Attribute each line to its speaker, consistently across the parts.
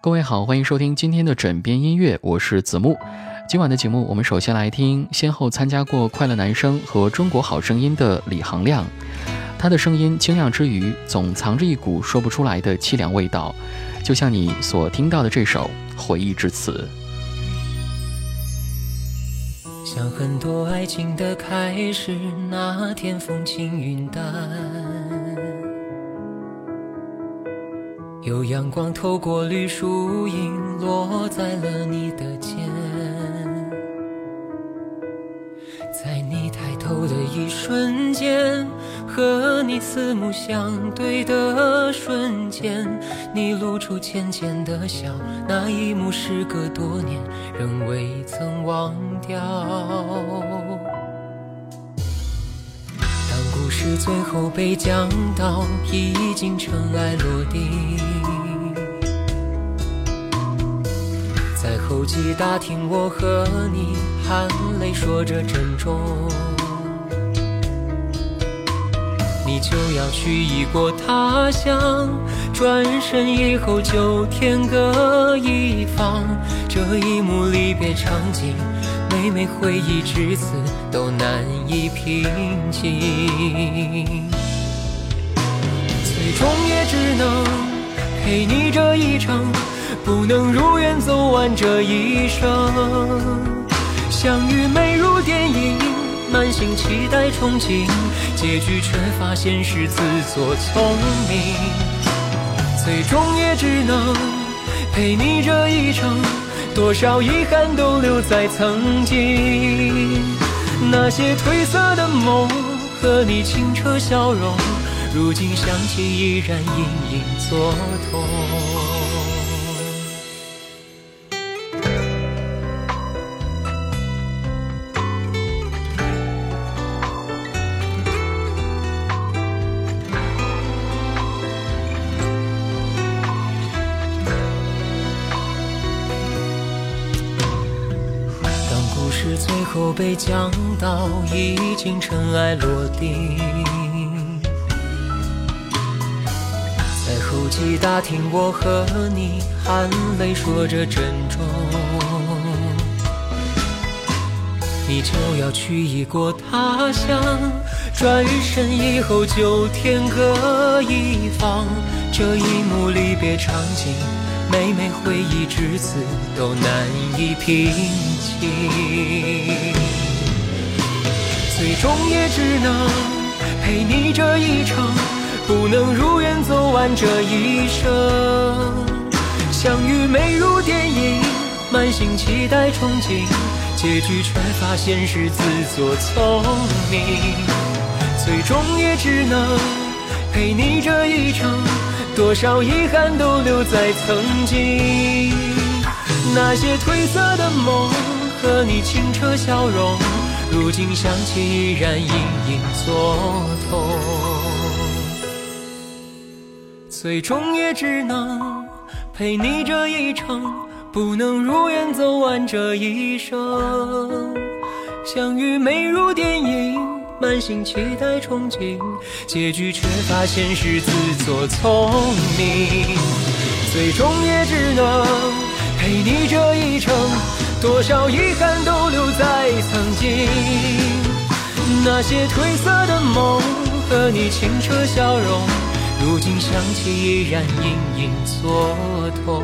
Speaker 1: 各位好，欢迎收听今天的枕边音乐，我是子木。今晚的节目，我们首先来听先后参加过《快乐男声》和《中国好声音》的李行亮。他的声音清亮之余，总藏着一股说不出来的凄凉味道，就像你所听到的这首《回忆至此》。
Speaker 2: 像很多爱情的开始，那天风轻云淡，有阳光透过绿树荫落在了你的肩，在你抬头的一瞬间，和你四目相对的瞬间，你露出浅浅的笑，那一幕时隔多年仍未曾忘掉。当故事最后被讲到已经尘埃落定，在候机大厅我和你含泪说着珍重，你就要去异国他乡，转身以后就天各一方，这一幕离别场景，每每回忆至此都难以平静，最终也只能陪你这一程，不能如愿走完这一生。相遇美如电影，满心期待憧憬，结局却发现是自作聪明，最终也只能陪你这一程，多少遗憾都留在曾经，那些褪色的梦和你清澈笑容，如今想起依然隐隐作痛。最后被讲到已经尘埃落定，在候机大厅我和你含泪说着珍重，你就要去异国他乡，转身以后就天各一方，这一幕离别场景，每每回忆至此都难以平静，最终也只能陪你这一程，不能如愿走完这一生。相遇美如电影，满心期待憧憬，结局却发现是自作聪明，最终也只能陪你这一程，多少遗憾都留在曾经，那些褪色的梦和你清澈笑容，如今想起依然隐隐作痛，最终也只能陪你这一程，不能如愿走完这一生。相遇美如电影，满心期待憧憬，结局却发现是自作聪明，最终也只能陪你这一程，多少遗憾都留在曾经，那些褪色的梦和你清澈笑容，如今想起依然隐隐作痛，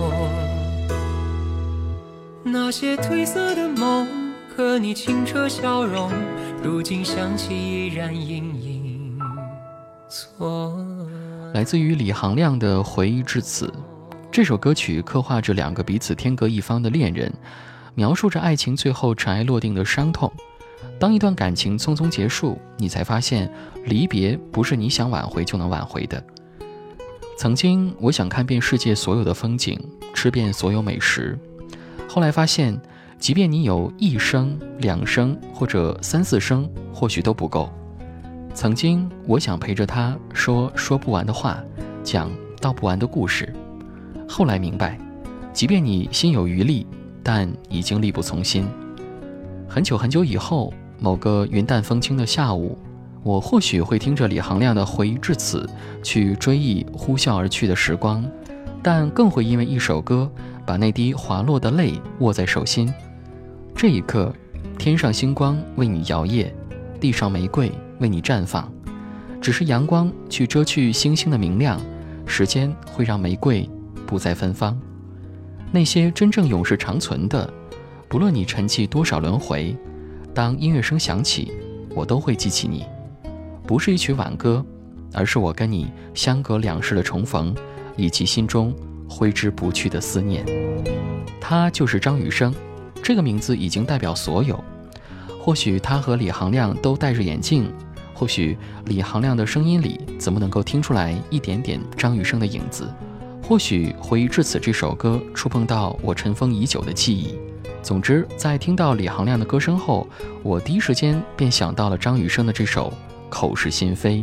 Speaker 2: 那些褪色的梦和你清澈笑容，如今想起依然隐隐作痛。
Speaker 1: 来自于李行亮的《回忆至此》，这首歌曲刻画着两个彼此天各一方的恋人，描述着爱情最后尘埃落定的伤痛。当一段感情匆匆结束，你才发现离别不是你想挽回就能挽回的。曾经我想看遍世界所有的风景，吃遍所有美食，后来发现即便你有1生、2生或者3、4生，或许都不够。曾经我想陪着他说不完的话，讲道不完的故事，后来明白，即便你心有余力，但已经力不从心。很久很久以后，某个云淡风轻的下午，我或许会听着李行亮的《回忆至此》去追忆呼啸而去的时光， 但更会因为一首歌把那滴滑落的泪握在手心。这一刻，天上星光为你摇曳，地上玫瑰为你绽放。只是阳光去遮去星星的明亮，时间会让玫瑰不再芬芳。那些真正永世长存的，不论你沉寂多少轮回，当音乐声响起，我都会记起你。不是一曲挽歌，而是我跟你相隔两世的重逢，以及心中挥之不去的思念。他就是张雨生，这个名字已经代表所有。或许他和李行亮都戴着眼镜，或许李行亮的声音里怎么能够听出来一点点张雨生的影子，或许回忆至此这首歌触碰到我尘封已久的记忆。总之，在听到李行亮的歌声后，我第一时间便想到了张雨生的这首《口是心非》。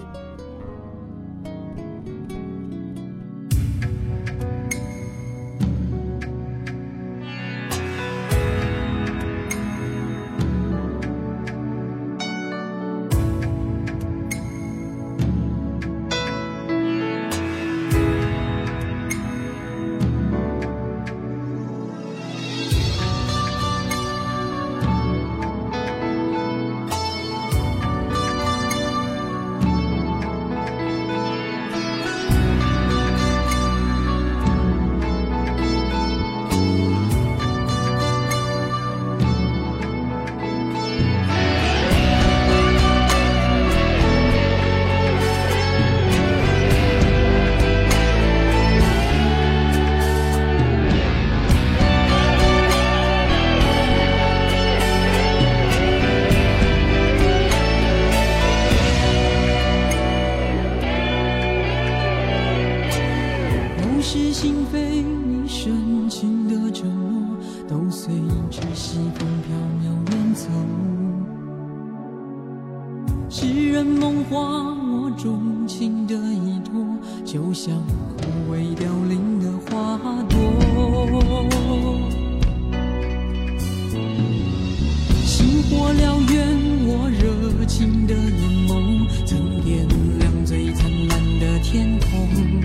Speaker 2: 是心非，你深情的承诺都随着西风飘渺远走。诗人梦话，我钟情的依托，就像枯萎凋零的花朵。星火燎原，我热情的眼眸，曾点亮最灿烂的天空。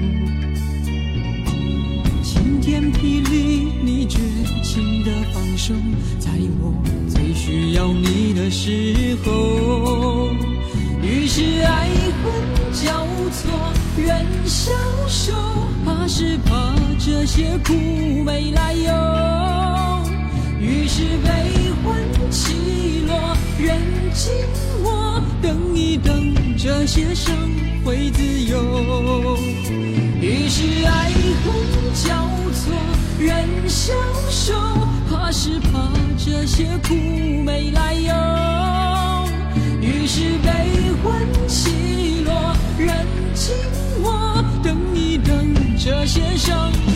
Speaker 2: 晴天霹雳，你绝情的放手，在我最需要你的时候。于是爱恨交错，愿消受，怕是怕这些苦没来由。于是悲欢起落，愿紧握，等一等，这些伤会自由。于是爱恨交错，愿消受，怕是怕这些苦没来由。于是悲欢起落，愿紧握，等一等，这些伤